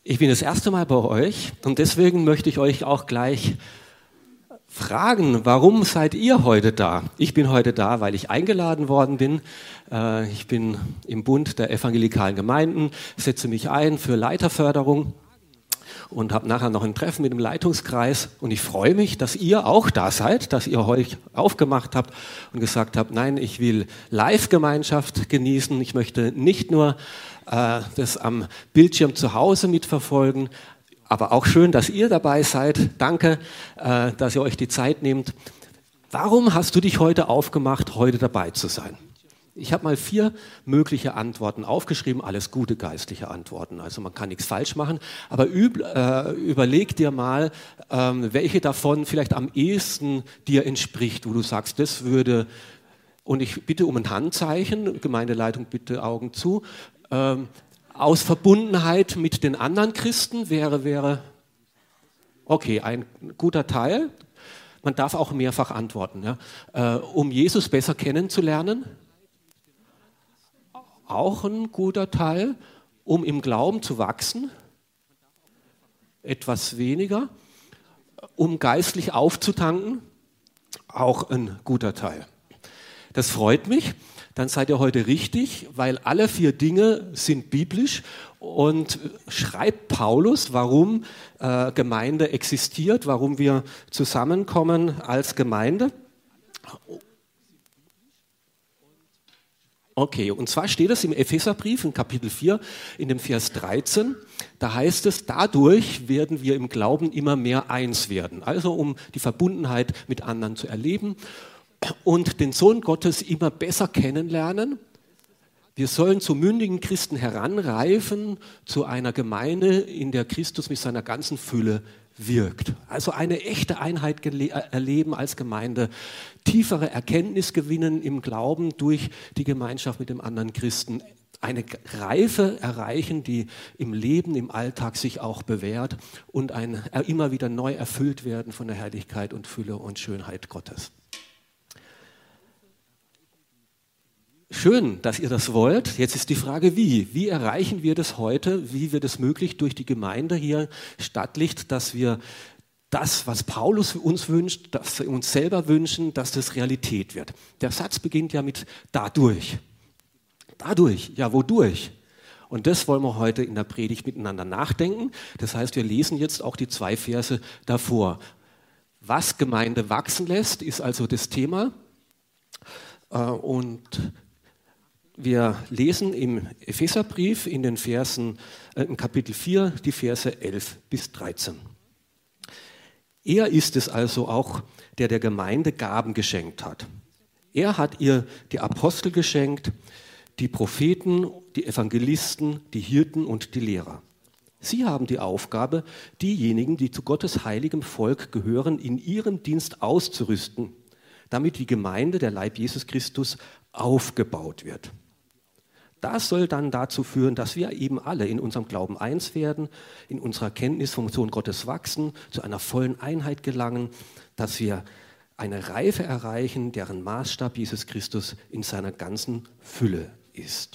Ich bin das erste Mal bei euch und deswegen möchte ich euch auch gleich fragen, warum seid ihr heute da? Ich bin heute da, weil ich eingeladen worden bin. Ich bin im Bund der evangelikalen Gemeinden, setze mich ein für Leiterförderung und habe nachher noch ein Treffen mit dem Leitungskreis. Und ich freue mich, dass ihr auch da seid, dass ihr euch aufgemacht habt und gesagt habt, nein, ich will Live-Gemeinschaft genießen. Ich möchte nicht nur das am Bildschirm zu Hause mitverfolgen, aber auch schön, dass ihr dabei seid. Danke, dass ihr euch die Zeit nehmt. Warum hast du dich heute aufgemacht, heute dabei zu sein? Ich habe mal 4 mögliche Antworten aufgeschrieben, alles gute geistliche Antworten. Also man kann nichts falsch machen, aber überleg dir mal, welche davon vielleicht am ehesten dir entspricht, wo du sagst, das würde, und ich bitte um ein Handzeichen, Gemeindeleitung bitte Augen zu, aus Verbundenheit mit den anderen Christen wäre, okay, ein guter Teil. Man darf auch mehrfach antworten. Ja. Um Jesus besser kennenzulernen, auch ein guter Teil. Um im Glauben zu wachsen, etwas weniger. Um geistlich aufzutanken, auch ein guter Teil. Das freut mich. Dann seid ihr heute richtig, weil alle 4 Dinge sind biblisch und schreibt Paulus, warum Gemeinde existiert, warum wir zusammenkommen als Gemeinde. Okay, und zwar steht es im Epheserbrief in Kapitel 4 in dem Vers 13, da heißt es, dadurch werden wir im Glauben immer mehr eins werden, also um die Verbundenheit mit anderen zu erleben und den Sohn Gottes immer besser kennenlernen. Wir sollen zu mündigen Christen heranreifen, zu einer Gemeinde, in der Christus mit seiner ganzen Fülle wirkt. Also eine echte Einheit erleben als Gemeinde, tiefere Erkenntnis gewinnen im Glauben durch die Gemeinschaft mit dem anderen Christen, eine Reife erreichen, die im Leben, im Alltag sich auch bewährt und immer wieder neu erfüllt werden von der Herrlichkeit und Fülle und Schönheit Gottes. Schön, dass ihr das wollt. Jetzt ist die Frage, wie? Wie erreichen wir das heute? Wie wird es möglich durch die Gemeinde hier Stadtlicht, dass wir das, was Paulus für uns wünscht, dass wir uns selber wünschen, dass das Realität wird? Der Satz beginnt ja mit dadurch. Dadurch, ja wodurch? Und das wollen wir heute in der Predigt miteinander nachdenken. Das heißt, wir lesen jetzt auch die 2 Verse davor. Was Gemeinde wachsen lässt, ist also das Thema. Und wir lesen im Epheserbrief in den Versen, im Kapitel 4, die Verse 11 bis 13. Er ist es also auch, der Gemeinde Gaben geschenkt hat. Er hat ihr die Apostel geschenkt, die Propheten, die Evangelisten, die Hirten und die Lehrer. Sie haben die Aufgabe, diejenigen, die zu Gottes heiligem Volk gehören, in ihrem Dienst auszurüsten, damit die Gemeinde, der Leib Jesus Christus, aufgebaut wird. Das soll dann dazu führen, dass wir eben alle in unserem Glauben eins werden, in unserer Kenntnis vom Sohn Gottes wachsen, zu einer vollen Einheit gelangen, dass wir eine Reife erreichen, deren Maßstab Jesus Christus in seiner ganzen Fülle ist.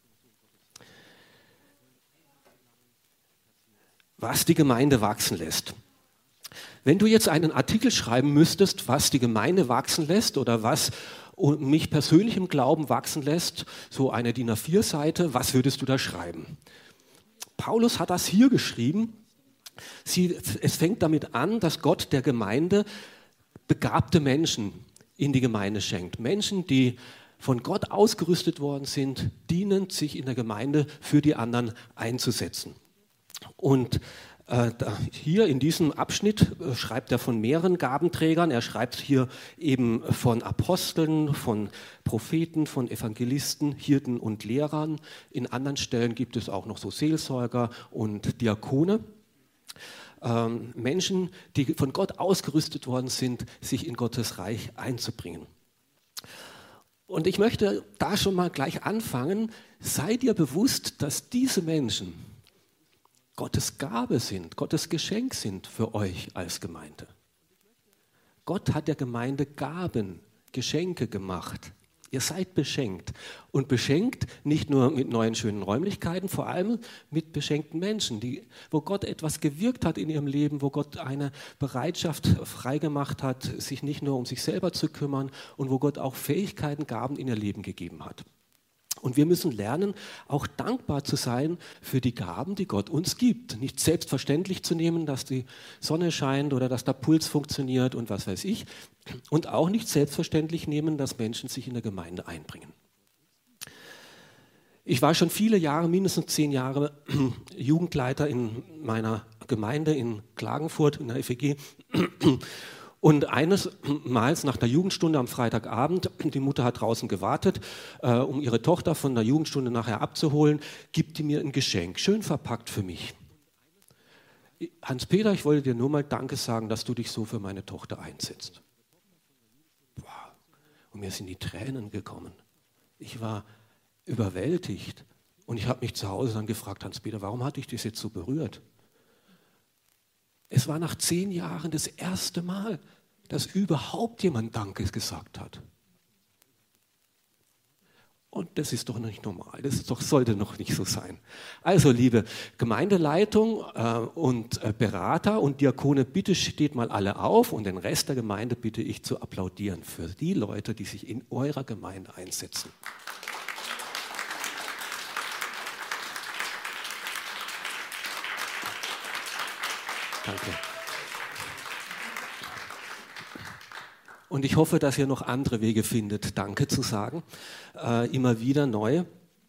Was die Gemeinde wachsen lässt. Wenn du jetzt einen Artikel schreiben müsstest, was die Gemeinde wachsen lässt oder was mich persönlich im Glauben wachsen lässt, so eine DIN A4-Seite, was würdest du da schreiben? Paulus hat das hier geschrieben. Es fängt damit an, dass Gott der Gemeinde begabte Menschen in die Gemeinde schenkt. Menschen, die von Gott ausgerüstet worden sind, dienend sich in der Gemeinde für die anderen einzusetzen. Und hier in diesem Abschnitt schreibt er von mehreren Gabenträgern. Er schreibt hier eben von Aposteln, von Propheten, von Evangelisten, Hirten und Lehrern. In anderen Stellen gibt es auch noch so Seelsorger und Diakone. Menschen, die von Gott ausgerüstet worden sind, sich in Gottes Reich einzubringen. Und ich möchte da schon mal gleich anfangen. Seid ihr bewusst, dass diese Menschen Gottes Gabe sind, Gottes Geschenk sind für euch als Gemeinde. Gott hat der Gemeinde Gaben, Geschenke gemacht. Ihr seid beschenkt. Und beschenkt nicht nur mit neuen schönen Räumlichkeiten, vor allem mit beschenkten Menschen, wo Gott etwas gewirkt hat in ihrem Leben, wo Gott eine Bereitschaft freigemacht hat, sich nicht nur um sich selber zu kümmern und wo Gott auch Fähigkeiten, Gaben in ihr Leben gegeben hat. Und wir müssen lernen, auch dankbar zu sein für die Gaben, die Gott uns gibt. Nicht selbstverständlich zu nehmen, dass die Sonne scheint oder dass der Puls funktioniert und was weiß ich. Und auch nicht selbstverständlich nehmen, dass Menschen sich in der Gemeinde einbringen. Ich war schon viele Jahre, mindestens 10 Jahre, Jugendleiter in meiner Gemeinde in Klagenfurt, in der FEG. Und eines Mals nach der Jugendstunde am Freitagabend, die Mutter hat draußen gewartet, um ihre Tochter von der Jugendstunde nachher abzuholen, gibt die mir ein Geschenk, schön verpackt für mich. Hans-Peter, ich wollte dir nur mal Danke sagen, dass du dich so für meine Tochter einsetzt. Boah. Und mir sind die Tränen gekommen. Ich war überwältigt. Und ich habe mich zu Hause dann gefragt, Hans-Peter, warum hat dich das jetzt so berührt? Es war nach 10 Jahren das erste Mal, dass überhaupt jemand Danke gesagt hat. Und das ist doch nicht normal, sollte noch nicht so sein. Also liebe Gemeindeleitung und Berater und Diakone, bitte steht mal alle auf und den Rest der Gemeinde bitte ich zu applaudieren für die Leute, die sich in eurer Gemeinde einsetzen. Danke. Und ich hoffe, dass ihr noch andere Wege findet, Danke zu sagen, immer wieder neu,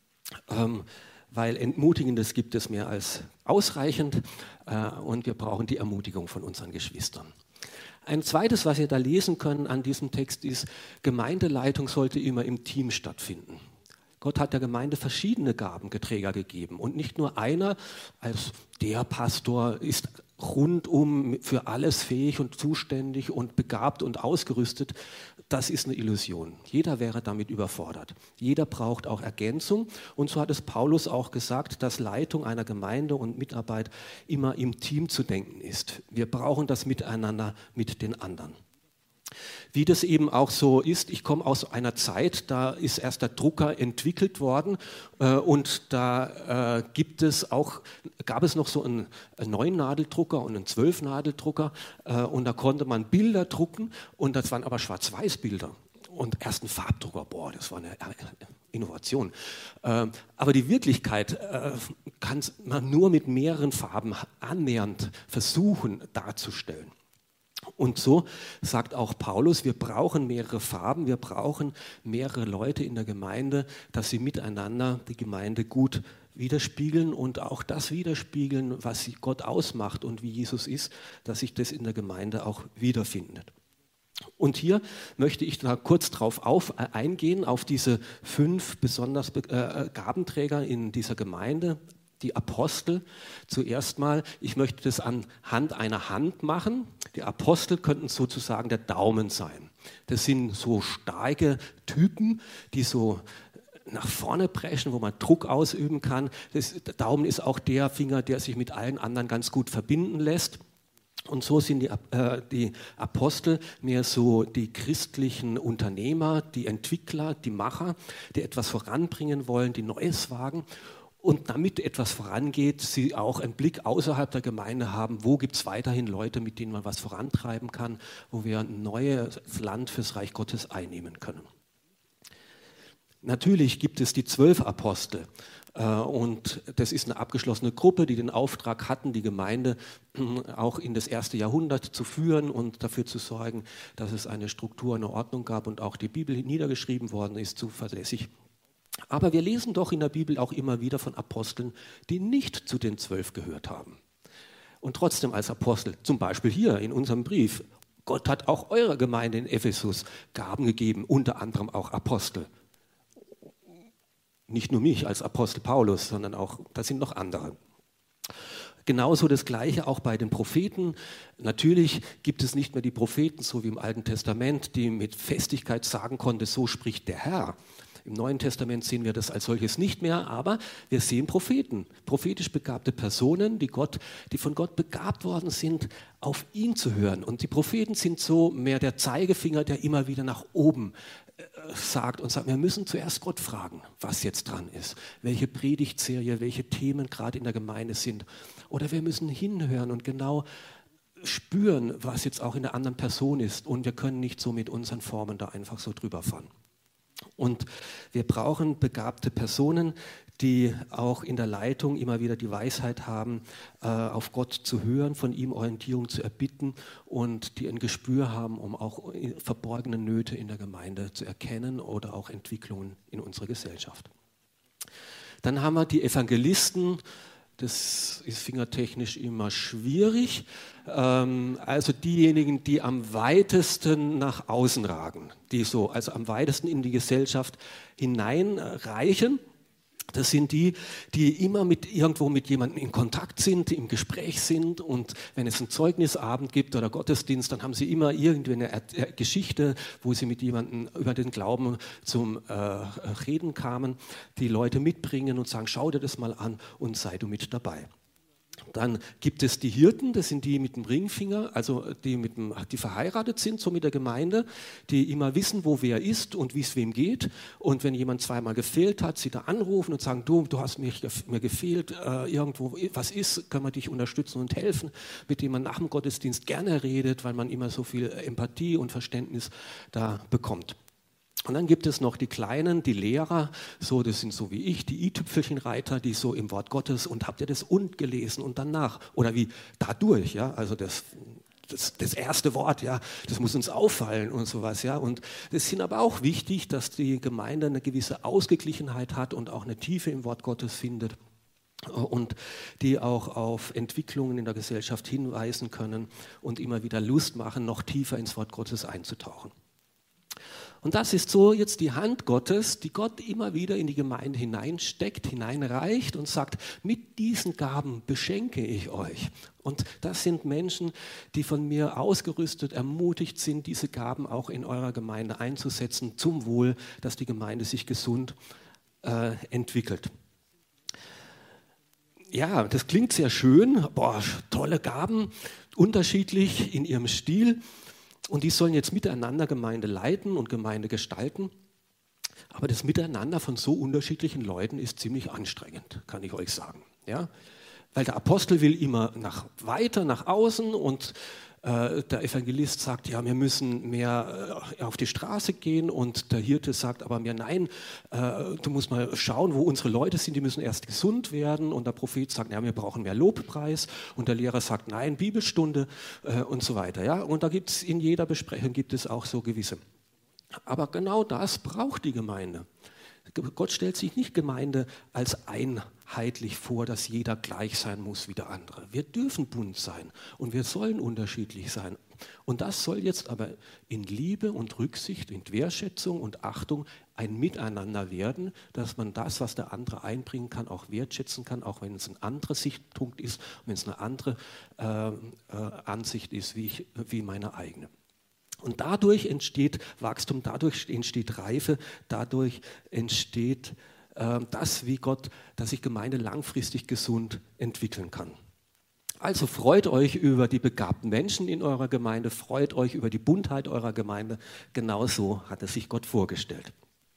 weil Entmutigendes gibt es mehr als ausreichend und wir brauchen die Ermutigung von unseren Geschwistern. Ein zweites, was ihr da lesen könnt an diesem Text ist, Gemeindeleitung sollte immer im Team stattfinden. Gott hat der Gemeinde verschiedene Gabenträger gegeben und nicht nur einer als der Pastor ist rundum für alles fähig und zuständig und begabt und ausgerüstet. Das ist eine Illusion. Jeder wäre damit überfordert. Jeder braucht auch Ergänzung und so hat es Paulus auch gesagt, dass Leitung einer Gemeinde und Mitarbeit immer im Team zu denken ist. Wir brauchen das Miteinander mit den anderen. Wie das eben auch so ist, ich komme aus einer Zeit, da ist erst der Drucker entwickelt worden und da gab es noch so einen 9-Nadeldrucker und einen 12-Nadeldrucker und da konnte man Bilder drucken und das waren aber Schwarz-Weiß-Bilder. Und erst ein Farbdrucker, boah, das war eine Innovation. Aber die Wirklichkeit kann man nur mit mehreren Farben annähernd versuchen darzustellen. Und so sagt auch Paulus, wir brauchen mehrere Farben, wir brauchen mehrere Leute in der Gemeinde, dass sie miteinander die Gemeinde gut widerspiegeln und auch das widerspiegeln, was Gott ausmacht und wie Jesus ist, dass sich das in der Gemeinde auch wiederfindet. Und hier möchte ich da kurz drauf eingehen, auf diese 5 besonders Gabenträger in dieser Gemeinde. Die Apostel, zuerst mal, ich möchte das anhand einer Hand machen. Die Apostel könnten sozusagen der Daumen sein. Das sind so starke Typen, die so nach vorne preschen, wo man Druck ausüben kann. Der Daumen ist auch der Finger, der sich mit allen anderen ganz gut verbinden lässt. Und so sind die Apostel mehr so die christlichen Unternehmer, die Entwickler, die Macher, die etwas voranbringen wollen, die Neues wagen. Und damit etwas vorangeht, sie auch einen Blick außerhalb der Gemeinde haben, wo gibt es weiterhin Leute, mit denen man was vorantreiben kann, wo wir ein neues Land fürs Reich Gottes einnehmen können. Natürlich gibt es die 12 Apostel und das ist eine abgeschlossene Gruppe, die den Auftrag hatten, die Gemeinde auch in das 1. Jahrhundert zu führen und dafür zu sorgen, dass es eine Struktur, eine Ordnung gab und auch die Bibel niedergeschrieben worden ist, zuverlässig. Aber wir lesen doch in der Bibel auch immer wieder von Aposteln, die nicht zu den 12 gehört haben. Und trotzdem als Apostel, zum Beispiel hier in unserem Brief, Gott hat auch eurer Gemeinde in Ephesus Gaben gegeben, unter anderem auch Apostel. Nicht nur mich als Apostel Paulus, sondern auch, da sind noch andere. Genauso das Gleiche auch bei den Propheten. Natürlich gibt es nicht mehr die Propheten, so wie im Alten Testament, die mit Festigkeit sagen konnten, so spricht der Herr. Im Neuen Testament sehen wir das als solches nicht mehr, aber wir sehen Propheten, prophetisch begabte Personen, die von Gott begabt worden sind, auf ihn zu hören. Und die Propheten sind so mehr der Zeigefinger, der immer wieder nach oben sagt und sagt, wir müssen zuerst Gott fragen, was jetzt dran ist, welche Predigtserie, welche Themen gerade in der Gemeinde sind. Oder wir müssen hinhören und genau spüren, was jetzt auch in der anderen Person ist. Und wir können nicht so mit unseren Formen da einfach so drüber fahren. Und wir brauchen begabte Personen, die auch in der Leitung immer wieder die Weisheit haben, auf Gott zu hören, von ihm Orientierung zu erbitten und die ein Gespür haben, um auch verborgene Nöte in der Gemeinde zu erkennen oder auch Entwicklungen in unserer Gesellschaft. Dann haben wir die Evangelisten. Das ist fingertechnisch immer schwierig. Also diejenigen, die am weitesten nach außen ragen, die so also am weitesten in die Gesellschaft hineinreichen. Das sind die, die immer irgendwo mit jemandem in Kontakt sind, im Gespräch sind, und wenn es einen Zeugnisabend gibt oder Gottesdienst, dann haben sie immer irgendwie eine Geschichte, wo sie mit jemandem über den Glauben zum Reden kamen, die Leute mitbringen und sagen, schau dir das mal an und sei du mit dabei. Dann gibt es die Hirten, das sind die mit dem Ringfinger, also die verheiratet sind so mit der Gemeinde, die immer wissen, wo wer ist und wie es wem geht. Und wenn jemand zweimal gefehlt hat, sie da anrufen und sagen, du hast mir gefehlt, irgendwo was ist, können wir dich unterstützen und helfen, mit dem man nach dem Gottesdienst gerne redet, weil man immer so viel Empathie und Verständnis da bekommt. Und dann gibt es noch die Kleinen, die Lehrer, so, das sind so wie ich, die i-Tüpfelchenreiter, die so im Wort Gottes und habt ihr das und gelesen und danach oder wie dadurch, ja, also das erste Wort, ja, das muss uns auffallen und sowas, ja. Und es sind aber auch wichtig, dass die Gemeinde eine gewisse Ausgeglichenheit hat und auch eine Tiefe im Wort Gottes findet und die auch auf Entwicklungen in der Gesellschaft hinweisen können und immer wieder Lust machen, noch tiefer ins Wort Gottes einzutauchen. Und das ist so jetzt die Hand Gottes, die Gott immer wieder in die Gemeinde hineinsteckt, hineinreicht und sagt, mit diesen Gaben beschenke ich euch. Und das sind Menschen, die von mir ausgerüstet, ermutigt sind, diese Gaben auch in eurer Gemeinde einzusetzen, zum Wohl, dass die Gemeinde sich gesund entwickelt. Ja, das klingt sehr schön, tolle Gaben, unterschiedlich in ihrem Stil. Und die sollen jetzt miteinander Gemeinde leiten und Gemeinde gestalten. Aber das Miteinander von so unterschiedlichen Leuten ist ziemlich anstrengend, kann ich euch sagen. Ja? Weil der Apostel will immer weiter nach außen und der Evangelist sagt, ja, wir müssen mehr auf die Straße gehen, und der Hirte sagt aber mir, nein, du musst mal schauen, wo unsere Leute sind, die müssen erst gesund werden, und der Prophet sagt, ja, wir brauchen mehr Lobpreis, und der Lehrer sagt, nein, Bibelstunde und so weiter. Ja? Und da gibt es in jeder Besprechung gibt es auch so gewisse. Aber genau das braucht die Gemeinde. Gott stellt sich nicht Gemeinde als einheitlich vor, dass jeder gleich sein muss wie der andere. Wir dürfen bunt sein und wir sollen unterschiedlich sein. Und das soll jetzt aber in Liebe und Rücksicht, in Wertschätzung und Achtung ein Miteinander werden, dass man das, was der andere einbringen kann, auch wertschätzen kann, auch wenn es ein anderer Sichtpunkt ist, wenn es eine andere Ansicht ist wie meine eigene. Und dadurch entsteht Wachstum, dadurch entsteht Reife, dadurch entsteht dass sich Gemeinde langfristig gesund entwickeln kann. Also freut euch über die begabten Menschen in eurer Gemeinde, freut euch über die Buntheit eurer Gemeinde. Genauso hat es sich Gott vorgestellt.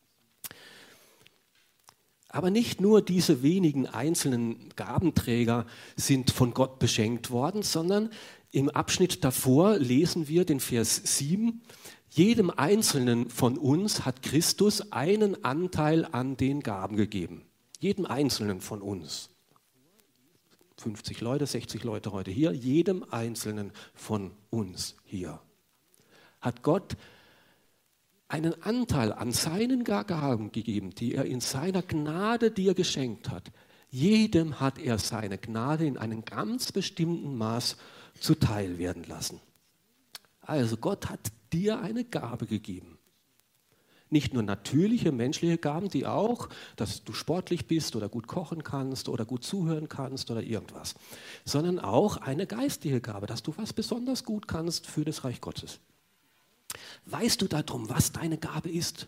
Aber nicht nur diese wenigen einzelnen Gabenträger sind von Gott beschenkt worden, sondern im Abschnitt davor lesen wir den Vers 7, jedem Einzelnen von uns hat Christus einen Anteil an den Gaben gegeben. Jedem Einzelnen von uns. 50 Leute, 60 Leute heute hier, jedem Einzelnen von uns hier hat Gott einen Anteil an seinen Gaben gegeben, die er in seiner Gnade dir geschenkt hat. Jedem hat er seine Gnade in einem ganz bestimmten Maß zuteil werden lassen. Also Gott hat dir eine Gabe gegeben. Nicht nur natürliche, menschliche Gaben, die auch, dass du sportlich bist oder gut kochen kannst oder gut zuhören kannst oder irgendwas, sondern auch eine geistige Gabe, dass du was besonders gut kannst für das Reich Gottes. Weißt du darum, was deine Gabe ist?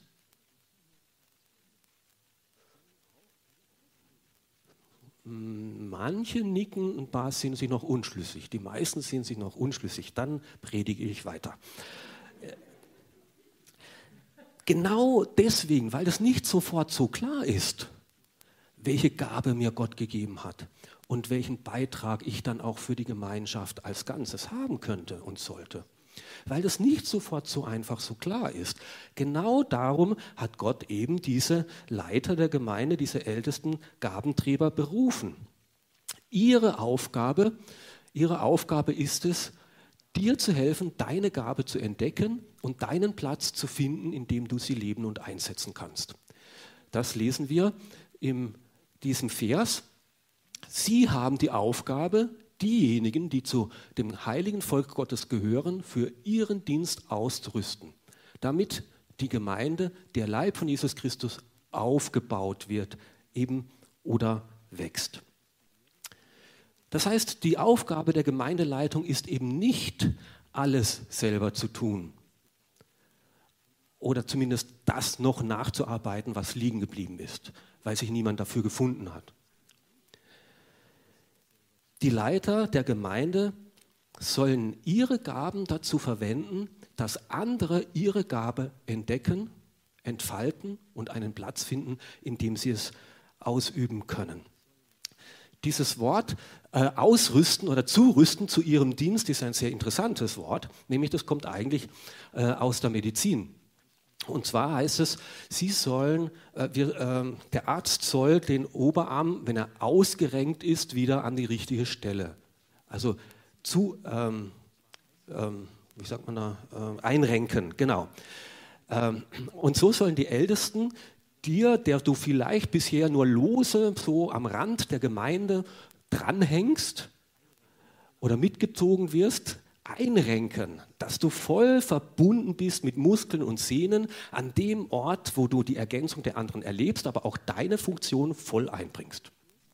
Manche nicken, ein paar sind sich noch unschlüssig. Die meisten sind sich noch unschlüssig. Dann predige ich weiter. genau deswegen, weil das nicht sofort so klar ist, welche Gabe mir Gott gegeben hat und welchen Beitrag ich dann auch für die Gemeinschaft als Ganzes haben könnte und sollte. Weil das nicht sofort so einfach so klar ist. Genau darum hat Gott eben diese Leiter der Gemeinde, diese ältesten Gabenträger berufen. Ihre Aufgabe ist es, dir zu helfen, deine Gabe zu entdecken und deinen Platz zu finden, in dem du sie leben und einsetzen kannst. Das lesen wir in diesem Vers. Sie haben die Aufgabe, diejenigen, die zu dem heiligen Volk Gottes gehören, für ihren Dienst auszurüsten, damit die Gemeinde, der Leib von Jesus Christus, aufgebaut wird eben oder wächst. Das heißt, die Aufgabe der Gemeindeleitung ist eben nicht, alles selber zu tun oder zumindest das noch nachzuarbeiten, was liegen geblieben ist, weil sich niemand dafür gefunden hat. Die Leiter der Gemeinde sollen ihre Gaben dazu verwenden, dass andere ihre Gabe entdecken, entfalten und einen Platz finden, in dem sie es ausüben können. Dieses Wort ausrüsten oder zurüsten zu ihrem Dienst ist ein sehr interessantes Wort, nämlich das kommt eigentlich aus der Medizin. Und zwar heißt es, der Arzt soll den Oberarm, wenn er ausgerenkt ist, wieder an die richtige Stelle, also einrenken, genau. Und so sollen die Ältesten dir, der du vielleicht bisher nur lose so am Rand der Gemeinde dranhängst oder mitgezogen wirst, einrenken, dass du voll verbunden bist mit Muskeln und Sehnen an dem Ort, wo du die Ergänzung der anderen erlebst, aber auch deine Funktion voll einbringst.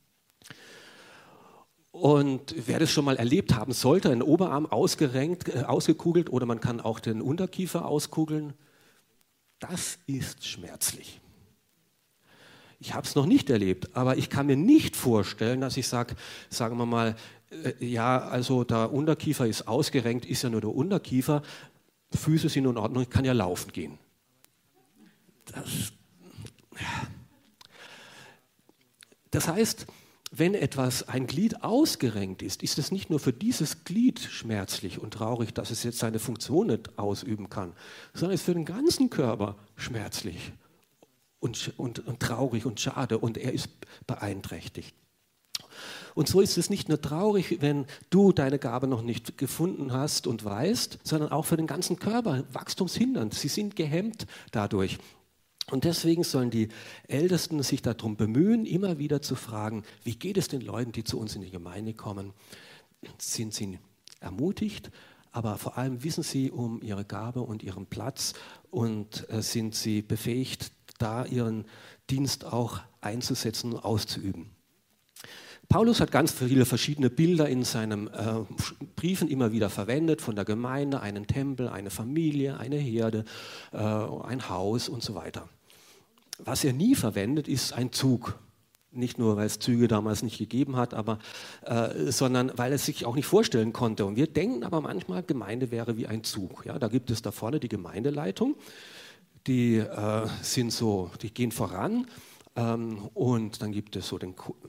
Und wer das schon mal erlebt haben sollte, einen Oberarm ausgerenkt, ausgekugelt oder man kann auch den Unterkiefer auskugeln, das ist schmerzlich. Ich habe es noch nicht erlebt, aber ich kann mir nicht vorstellen, dass ich sage, sagen wir mal, ja, also der Unterkiefer ist ausgerenkt, ist ja nur der Unterkiefer, Füße sind in Ordnung, ich kann ja laufen gehen. Das heißt, wenn ein Glied ausgerenkt ist, ist es nicht nur für dieses Glied schmerzlich und traurig, dass es jetzt seine Funktion nicht ausüben kann, sondern es ist für den ganzen Körper schmerzlich und traurig und schade und er ist beeinträchtigt. Und so ist es nicht nur traurig, wenn du deine Gabe noch nicht gefunden hast und weißt, sondern auch für den ganzen Körper wachstumshindernd. Sie sind gehemmt dadurch. Und deswegen sollen die Ältesten sich darum bemühen, immer wieder zu fragen, wie geht es den Leuten, die zu uns in die Gemeinde kommen? Sind sie ermutigt, aber vor allem wissen sie um ihre Gabe und ihren Platz und sind sie befähigt, da ihren Dienst auch einzusetzen und auszuüben. Paulus hat ganz viele verschiedene Bilder in seinen Briefen immer wieder verwendet, von der Gemeinde, einen Tempel, eine Familie, eine Herde, ein Haus und so weiter. Was er nie verwendet, ist ein Zug. Nicht nur, weil es Züge damals nicht gegeben hat, sondern weil er sich auch nicht vorstellen konnte. Und wir denken aber manchmal, Gemeinde wäre wie ein Zug. Ja, da gibt es da vorne die Gemeindeleitung, die gehen voran und dann gibt es so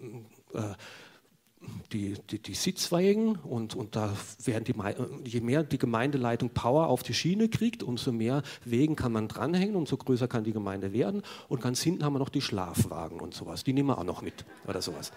die Sitzwägen und da werden je mehr die Gemeindeleitung Power auf die Schiene kriegt, umso mehr Wegen kann man dranhängen, umso größer kann die Gemeinde werden. Und ganz hinten haben wir noch die Schlafwagen und sowas, die nehmen wir auch noch mit oder sowas.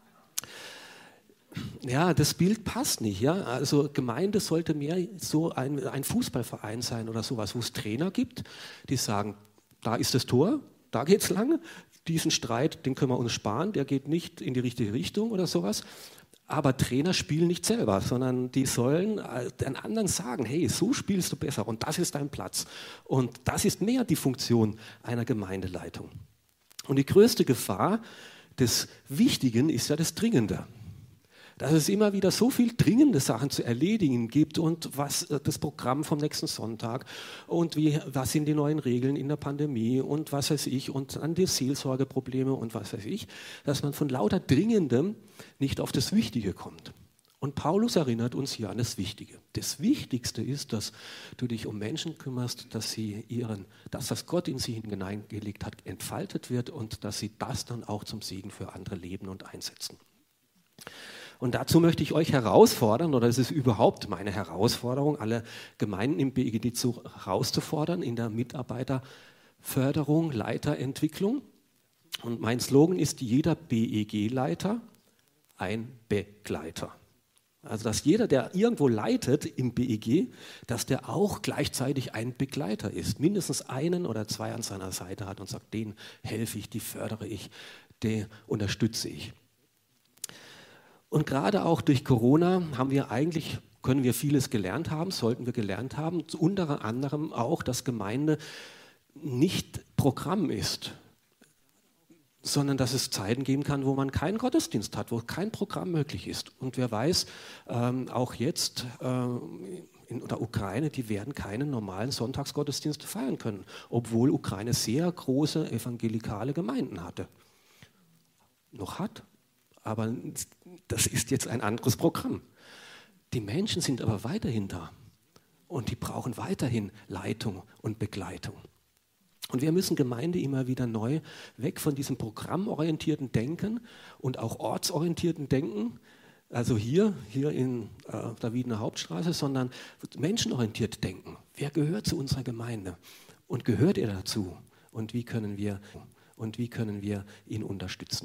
Ja, das Bild passt nicht. Ja? Also Gemeinde sollte mehr so ein Fußballverein sein oder sowas, wo es Trainer gibt, die sagen, da ist das Tor, da geht's lang. Diesen Streit, den können wir uns sparen, der geht nicht in die richtige Richtung oder sowas. Aber Trainer spielen nicht selber, sondern die sollen den anderen sagen, hey, so spielst du besser und das ist dein Platz. Und das ist mehr die Funktion einer Gemeindeleitung. Und die größte Gefahr des Wichtigen ist ja das Dringende. Dass es immer wieder so viel dringende Sachen zu erledigen gibt und was das Programm vom nächsten Sonntag und was sind die neuen Regeln in der Pandemie und was weiß ich und dann die Seelsorgeprobleme und was weiß ich, dass man von lauter Dringendem nicht auf das Wichtige kommt. Und Paulus erinnert uns hier an das Wichtige. Das Wichtigste ist, dass du dich um Menschen kümmerst, dass das, was Gott in sie hineingelegt hat, entfaltet wird und dass sie das dann auch zum Segen für andere leben und einsetzen. Und dazu möchte ich euch herausfordern, oder es ist überhaupt meine Herausforderung, alle Gemeinden im BEG herauszufordern in der Mitarbeiterförderung, Leiterentwicklung. Und mein Slogan ist: jeder BEG-Leiter ein Begleiter. Also dass jeder, der irgendwo leitet im BEG, dass der auch gleichzeitig ein Begleiter ist. Mindestens einen oder zwei an seiner Seite hat und sagt, den helfe ich, die fördere ich, den unterstütze ich. Und gerade auch durch Corona können wir vieles gelernt haben, sollten wir gelernt haben, unter anderem auch, dass Gemeinde nicht Programm ist, sondern dass es Zeiten geben kann, wo man keinen Gottesdienst hat, wo kein Programm möglich ist. Und wer weiß, auch jetzt in der Ukraine, die werden keinen normalen Sonntagsgottesdienst feiern können, obwohl Ukraine sehr große evangelikale Gemeinden hatte. Noch hat, aber das ist jetzt ein anderes Programm. Die Menschen sind aber weiterhin da und die brauchen weiterhin Leitung und Begleitung. Und wir müssen Gemeinde immer wieder neu weg von diesem programmorientierten Denken und auch ortsorientierten Denken, also hier in der Wiedener Hauptstraße, sondern menschenorientiert denken. Wer gehört zu unserer Gemeinde? Und gehört er dazu? Und wie können wir ihn unterstützen?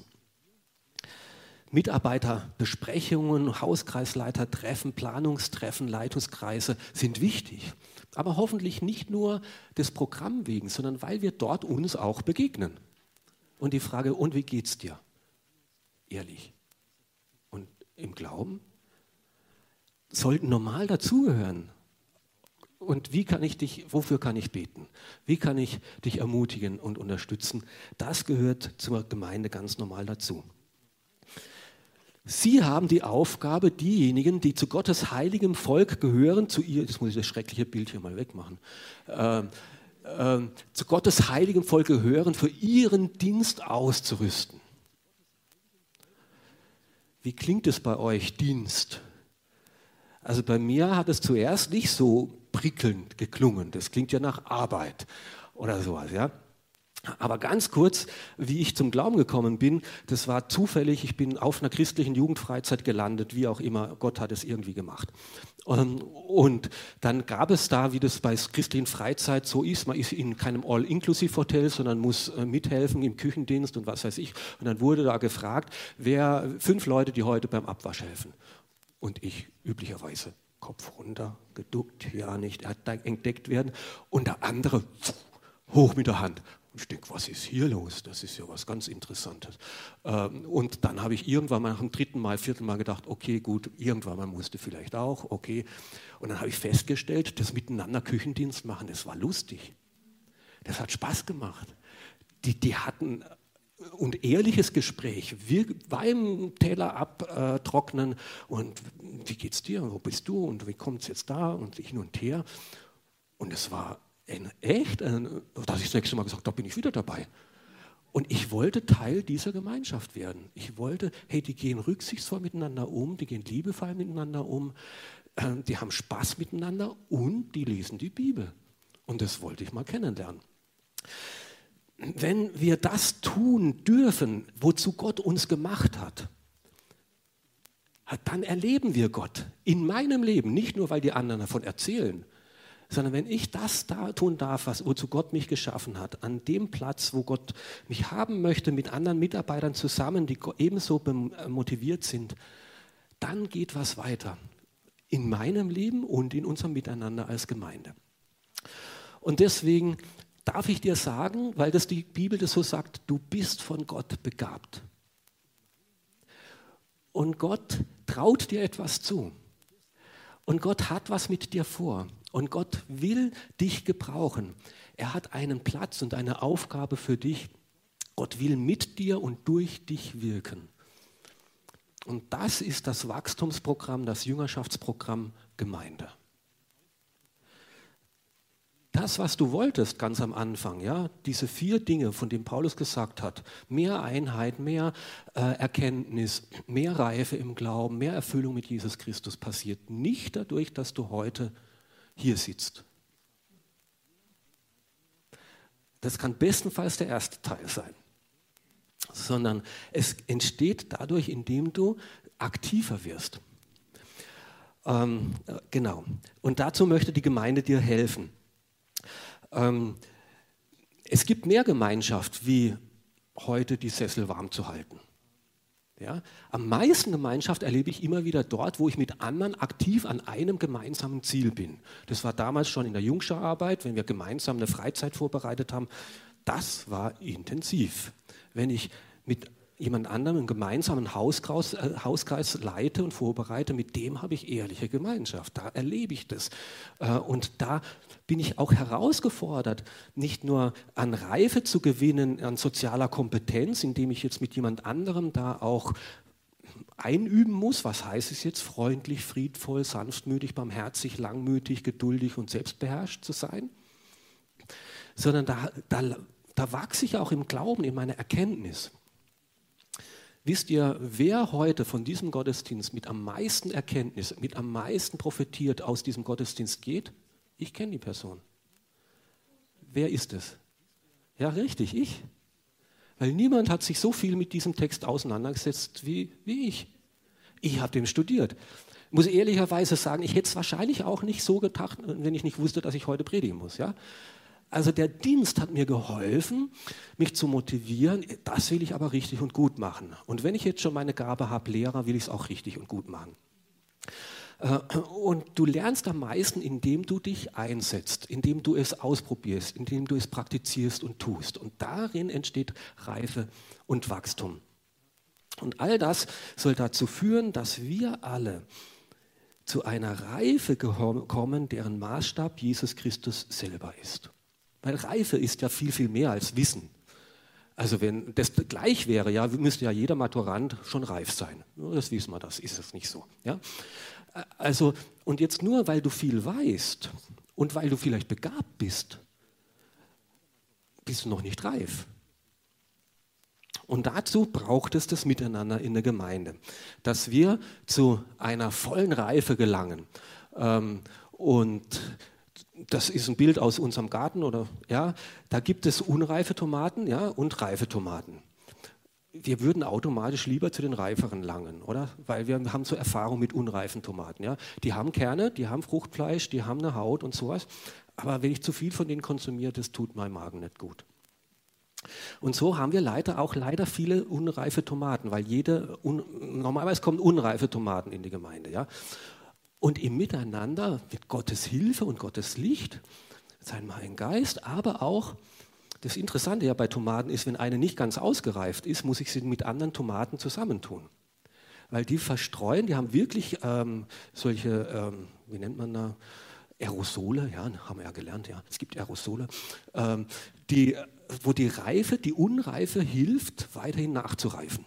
Mitarbeiterbesprechungen, Hauskreisleitertreffen, Planungstreffen, Leitungskreise sind wichtig. Aber hoffentlich nicht nur des Programms wegen, sondern weil wir dort uns auch begegnen. Und die Frage, und wie geht's dir? Ehrlich. Und im Glauben? Sollten normal dazugehören. Und wofür kann ich beten? Wie kann ich dich ermutigen und unterstützen? Das gehört zur Gemeinde ganz normal dazu. Sie haben die Aufgabe, diejenigen, die zu Gottes heiligem Volk gehören, jetzt muss ich das schreckliche Bild hier mal wegmachen, zu Gottes heiligem Volk gehören, für ihren Dienst auszurüsten. Wie klingt es bei euch, Dienst? Also bei mir hat es zuerst nicht so prickelnd geklungen. Das klingt ja nach Arbeit oder sowas, ja. Aber ganz kurz, wie ich zum Glauben gekommen bin, das war zufällig, ich bin auf einer christlichen Jugendfreizeit gelandet, wie auch immer, Gott hat es irgendwie gemacht. Und dann gab es da, wie das bei christlichen Freizeit so ist, man ist in keinem All-Inclusive-Hotel, sondern muss mithelfen im Küchendienst und was weiß ich. Und dann wurde da gefragt, 5 Leute, die heute beim Abwasch helfen. Und ich üblicherweise Kopf runter, geduckt, ja nicht entdeckt werden. Und der andere hoch mit der Hand. Ich denke, was ist hier los? Das ist ja was ganz Interessantes. Und dann habe ich irgendwann mal nach dem 3. Mal, 4. Mal gedacht, okay, gut, irgendwann mal musste vielleicht auch, okay. Und dann habe ich festgestellt, das Miteinander Küchendienst machen, das war lustig. Das hat Spaß gemacht. Die hatten ein ehrliches Gespräch, beim Teller abtrocknen und wie geht's dir, wo bist du und wie kommt es jetzt da und hin und her. Und es war echt, dass ich das nächste Mal gesagt habe, da bin ich wieder dabei. Und ich wollte Teil dieser Gemeinschaft werden. Ich wollte, hey, die gehen rücksichtsvoll miteinander um, die gehen liebevoll miteinander um, die haben Spaß miteinander und die lesen die Bibel. Und das wollte ich mal kennenlernen. Wenn wir das tun dürfen, wozu Gott uns gemacht hat, dann erleben wir Gott in meinem Leben, nicht nur, weil die anderen davon erzählen, sondern wenn ich das da tun darf, wozu Gott mich geschaffen hat, an dem Platz, wo Gott mich haben möchte, mit anderen Mitarbeitern zusammen, die ebenso motiviert sind, dann geht was weiter in meinem Leben und in unserem Miteinander als Gemeinde. Und deswegen darf ich dir sagen, weil das die Bibel das so sagt, du bist von Gott begabt. Und Gott traut dir etwas zu. Und Gott hat was mit dir vor. Und Gott will dich gebrauchen. Er hat einen Platz und eine Aufgabe für dich. Gott will mit dir und durch dich wirken. Und das ist das Wachstumsprogramm, das Jüngerschaftsprogramm Gemeinde. das, was du wolltest ganz am Anfang, ja, diese 4 Dinge, von denen Paulus gesagt hat, mehr Einheit, mehr Erkenntnis, mehr Reife im Glauben, mehr Erfüllung mit Jesus Christus, passiert nicht dadurch, dass du heute hier sitzt. Das kann bestenfalls der erste Teil sein, sondern es entsteht dadurch, indem du aktiver wirst. Genau. Und dazu möchte die Gemeinde dir helfen. Es gibt mehr Gemeinschaft, wie heute die Sessel warm zu halten. Ja? Am meisten Gemeinschaft erlebe ich immer wieder dort, wo ich mit anderen aktiv an einem gemeinsamen Ziel bin. Das war damals schon in der Jungschararbeit, wenn wir gemeinsam eine Freizeit vorbereitet haben. Das war intensiv. Wenn ich mit jemand anderem einen gemeinsamen Hauskreis leite und vorbereite, mit dem habe ich ehrliche Gemeinschaft. Da erlebe ich das. Und da bin ich auch herausgefordert, nicht nur an Reife zu gewinnen, an sozialer Kompetenz, indem ich jetzt mit jemand anderem da auch einüben muss. Was heißt es jetzt, freundlich, friedvoll, sanftmütig, barmherzig, langmütig, geduldig und selbstbeherrscht zu sein? Sondern da wachse ich auch im Glauben, in meiner Erkenntnis. Wisst ihr, wer heute von diesem Gottesdienst mit am meisten Erkenntnis, mit am meisten profitiert aus diesem Gottesdienst geht? Ich kenne die Person. Wer ist es? Ja, richtig, ich. Weil niemand hat sich so viel mit diesem Text auseinandergesetzt wie ich. Ich habe den studiert. Ich muss ehrlicherweise sagen, ich hätte es wahrscheinlich auch nicht so gedacht, wenn ich nicht wusste, dass ich heute predigen muss. Ja? Also der Dienst hat mir geholfen, mich zu motivieren, das will ich aber richtig und gut machen. Und wenn ich jetzt schon meine Gabe habe, Lehrer, will ich es auch richtig und gut machen. Und du lernst am meisten, indem du dich einsetzt, indem du es ausprobierst, indem du es praktizierst und tust. Und darin entsteht Reife und Wachstum. Und all das soll dazu führen, dass wir alle zu einer Reife kommen, deren Maßstab Jesus Christus selber ist. Weil Reife ist ja viel, viel mehr als Wissen. Also wenn das gleich wäre, ja, müsste ja jeder Maturand schon reif sein. Das wissen wir, das ist es nicht so. Ja? Also, und jetzt nur, weil du viel weißt und weil du vielleicht begabt bist, bist du noch nicht reif. Und dazu braucht es das Miteinander in der Gemeinde, dass wir zu einer vollen Reife gelangen. Und das ist ein Bild aus unserem Garten, oder ja, da gibt es unreife Tomaten, ja, und reife Tomaten. Wir würden automatisch lieber zu den reiferen langen, oder? Weil wir haben so Erfahrung mit unreifen Tomaten, ja. Die haben Kerne, die haben Fruchtfleisch, die haben eine Haut und sowas. Aber wenn ich zu viel von denen konsumiere, das tut meinem Magen nicht gut. Und so haben wir leider viele unreife Tomaten, weil normalerweise kommen unreife Tomaten in die Gemeinde, ja. Und im Miteinander mit Gottes Hilfe und Gottes Licht, seinem Heiligen Geist, aber auch, das Interessante ja bei Tomaten ist, wenn eine nicht ganz ausgereift ist, muss ich sie mit anderen Tomaten zusammentun. Weil die verstreuen, die haben wirklich solche, wie nennt man da, Aerosole, ja, haben wir ja gelernt, ja, es gibt Aerosole, wo die Unreife hilft, weiterhin nachzureifen.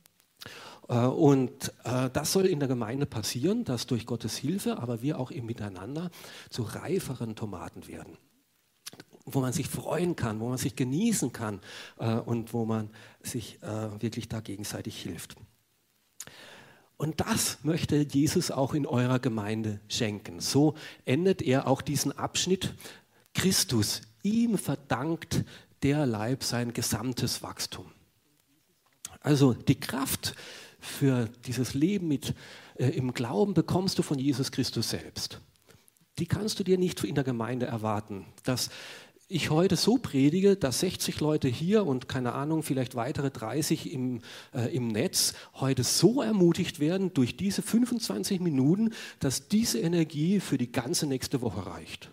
Und das soll in der Gemeinde passieren, dass durch Gottes Hilfe, aber wir auch im Miteinander zu reiferen Tomaten werden, wo man sich freuen kann, wo man sich genießen kann und wo man sich wirklich da gegenseitig hilft. Und das möchte Jesus auch in eurer Gemeinde schenken. So endet er auch diesen Abschnitt. Christus, ihm verdankt der Leib sein gesamtes Wachstum. Also die Kraft für dieses Leben im Glauben bekommst du von Jesus Christus selbst. Die kannst du dir nicht in der Gemeinde erwarten. Dass ich heute so predige, dass 60 Leute hier und keine Ahnung, vielleicht weitere 30 im Netz heute so ermutigt werden durch diese 25 Minuten, dass diese Energie für die ganze nächste Woche reicht.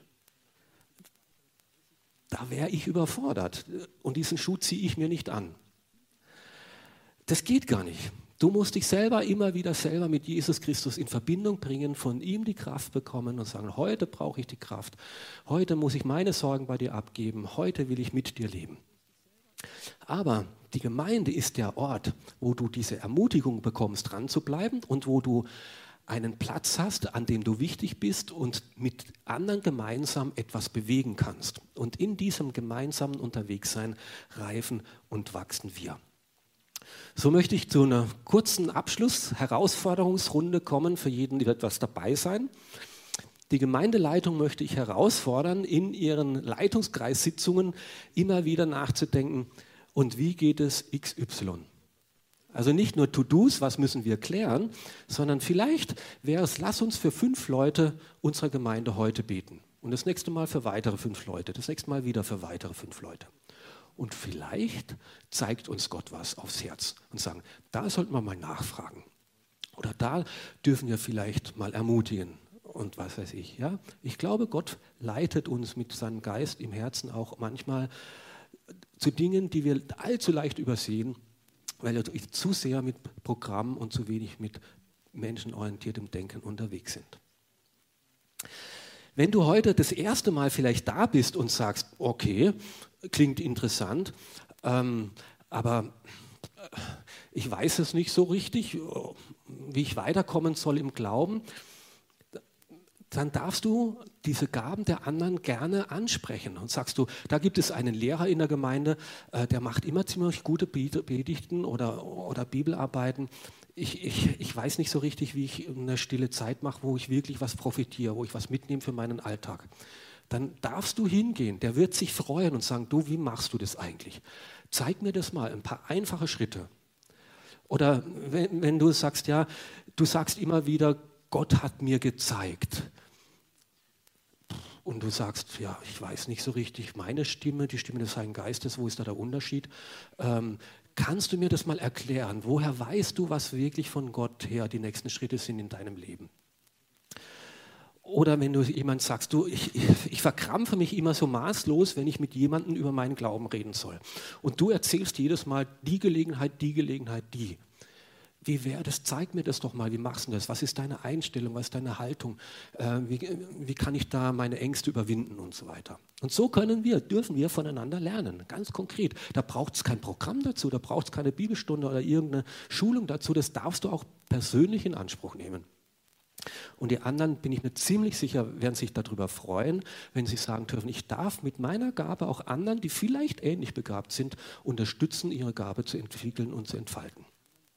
Da wäre ich überfordert und diesen Schuh ziehe ich mir nicht an. Das geht gar nicht. Du musst dich immer wieder selber mit Jesus Christus in Verbindung bringen, von ihm die Kraft bekommen und sagen, heute brauche ich die Kraft, heute muss ich meine Sorgen bei dir abgeben, heute will ich mit dir leben. Aber die Gemeinde ist der Ort, wo du diese Ermutigung bekommst, dran zu bleiben und wo du einen Platz hast, an dem du wichtig bist und mit anderen gemeinsam etwas bewegen kannst. Und in diesem gemeinsamen Unterwegssein reifen und wachsen wir. So möchte ich zu einer kurzen Abschluss-Herausforderungsrunde kommen. Für jeden wird was dabei sein. Die Gemeindeleitung möchte ich herausfordern, in ihren Leitungskreissitzungen immer wieder nachzudenken, und wie geht es XY? Also nicht nur To-Dos, was müssen wir klären, sondern vielleicht wäre es, lass uns für 5 Leute unserer Gemeinde heute beten. Und das nächste Mal für weitere 5 Leute, das nächste Mal wieder für weitere 5 Leute. Und vielleicht zeigt uns Gott was aufs Herz und sagen, da sollten wir mal nachfragen. Oder da dürfen wir vielleicht mal ermutigen und was weiß ich. Ja? Ich glaube, Gott leitet uns mit seinem Geist im Herzen auch manchmal zu Dingen, die wir allzu leicht übersehen, weil wir zu sehr mit Programmen und zu wenig mit menschenorientiertem Denken unterwegs sind. Wenn du heute das erste Mal vielleicht da bist und sagst, okay, klingt interessant, aber ich weiß es nicht so richtig, wie ich weiterkommen soll im Glauben, dann darfst du diese Gaben der anderen gerne ansprechen. Und sagst du, da gibt es einen Lehrer in der Gemeinde, der macht immer ziemlich gute Predigten oder Bibelarbeiten. Ich weiß nicht so richtig, wie ich eine stille Zeit mache, wo ich wirklich was profitiere, wo ich was mitnehme für meinen Alltag. Dann darfst du hingehen, der wird sich freuen und sagen, du, wie machst du das eigentlich? Zeig mir das mal, ein paar einfache Schritte. Oder wenn du sagst, ja, du sagst immer wieder, Gott hat mir gezeigt. Und du sagst, ja, ich weiß nicht so richtig, meine Stimme, die Stimme des Heiligen Geistes, wo ist da der Unterschied? Kannst du mir das mal erklären? Woher weißt du, was wirklich von Gott her die nächsten Schritte sind in deinem Leben? Oder wenn du jemand sagst, du, ich verkrampfe mich immer so maßlos, wenn ich mit jemandem über meinen Glauben reden soll. Und du erzählst jedes Mal die Gelegenheit, die. Wie wäre das? Zeig mir das doch mal, wie machst du das? Was ist deine Einstellung, was ist deine Haltung? Wie kann ich da meine Ängste überwinden und so weiter? Und so dürfen wir voneinander lernen, ganz konkret. Da braucht es kein Programm dazu, da braucht es keine Bibelstunde oder irgendeine Schulung dazu, das darfst du auch persönlich in Anspruch nehmen. Und die anderen, bin ich mir ziemlich sicher, werden sich darüber freuen, wenn sie sagen dürfen, ich darf mit meiner Gabe auch anderen, die vielleicht ähnlich begabt sind, unterstützen, ihre Gabe zu entwickeln und zu entfalten.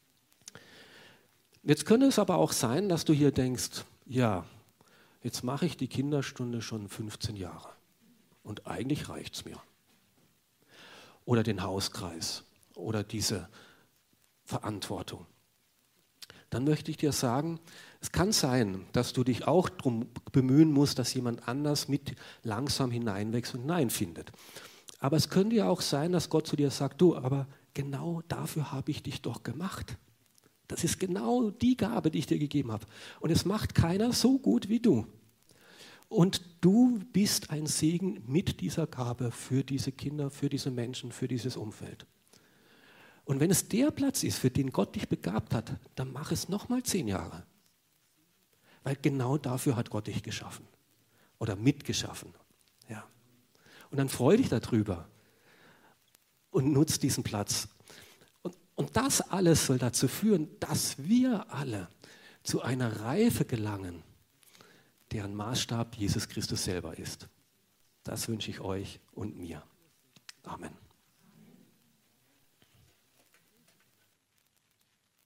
Jetzt könnte es aber auch sein, dass du hier denkst, ja, jetzt mache ich die Kinderstunde schon 15 Jahre und eigentlich reicht es mir. Oder den Hauskreis oder diese Verantwortung. Dann möchte ich dir sagen, es kann sein, dass du dich auch darum bemühen musst, dass jemand anders mit langsam hineinwächst und hineinfindet. Aber es könnte ja auch sein, dass Gott zu dir sagt, du, aber genau dafür habe ich dich doch gemacht. Das ist genau die Gabe, die ich dir gegeben habe. Und es macht keiner so gut wie du. Und du bist ein Segen mit dieser Gabe für diese Kinder, für diese Menschen, für dieses Umfeld. Und wenn es der Platz ist, für den Gott dich begabt hat, dann mach es nochmal 10 Jahre. Weil genau dafür hat Gott dich geschaffen. Oder mitgeschaffen. Ja. Und dann freu dich darüber. Und nutz diesen Platz. Und das alles soll dazu führen, dass wir alle zu einer Reife gelangen, deren Maßstab Jesus Christus selber ist. Das wünsche ich euch und mir. Amen.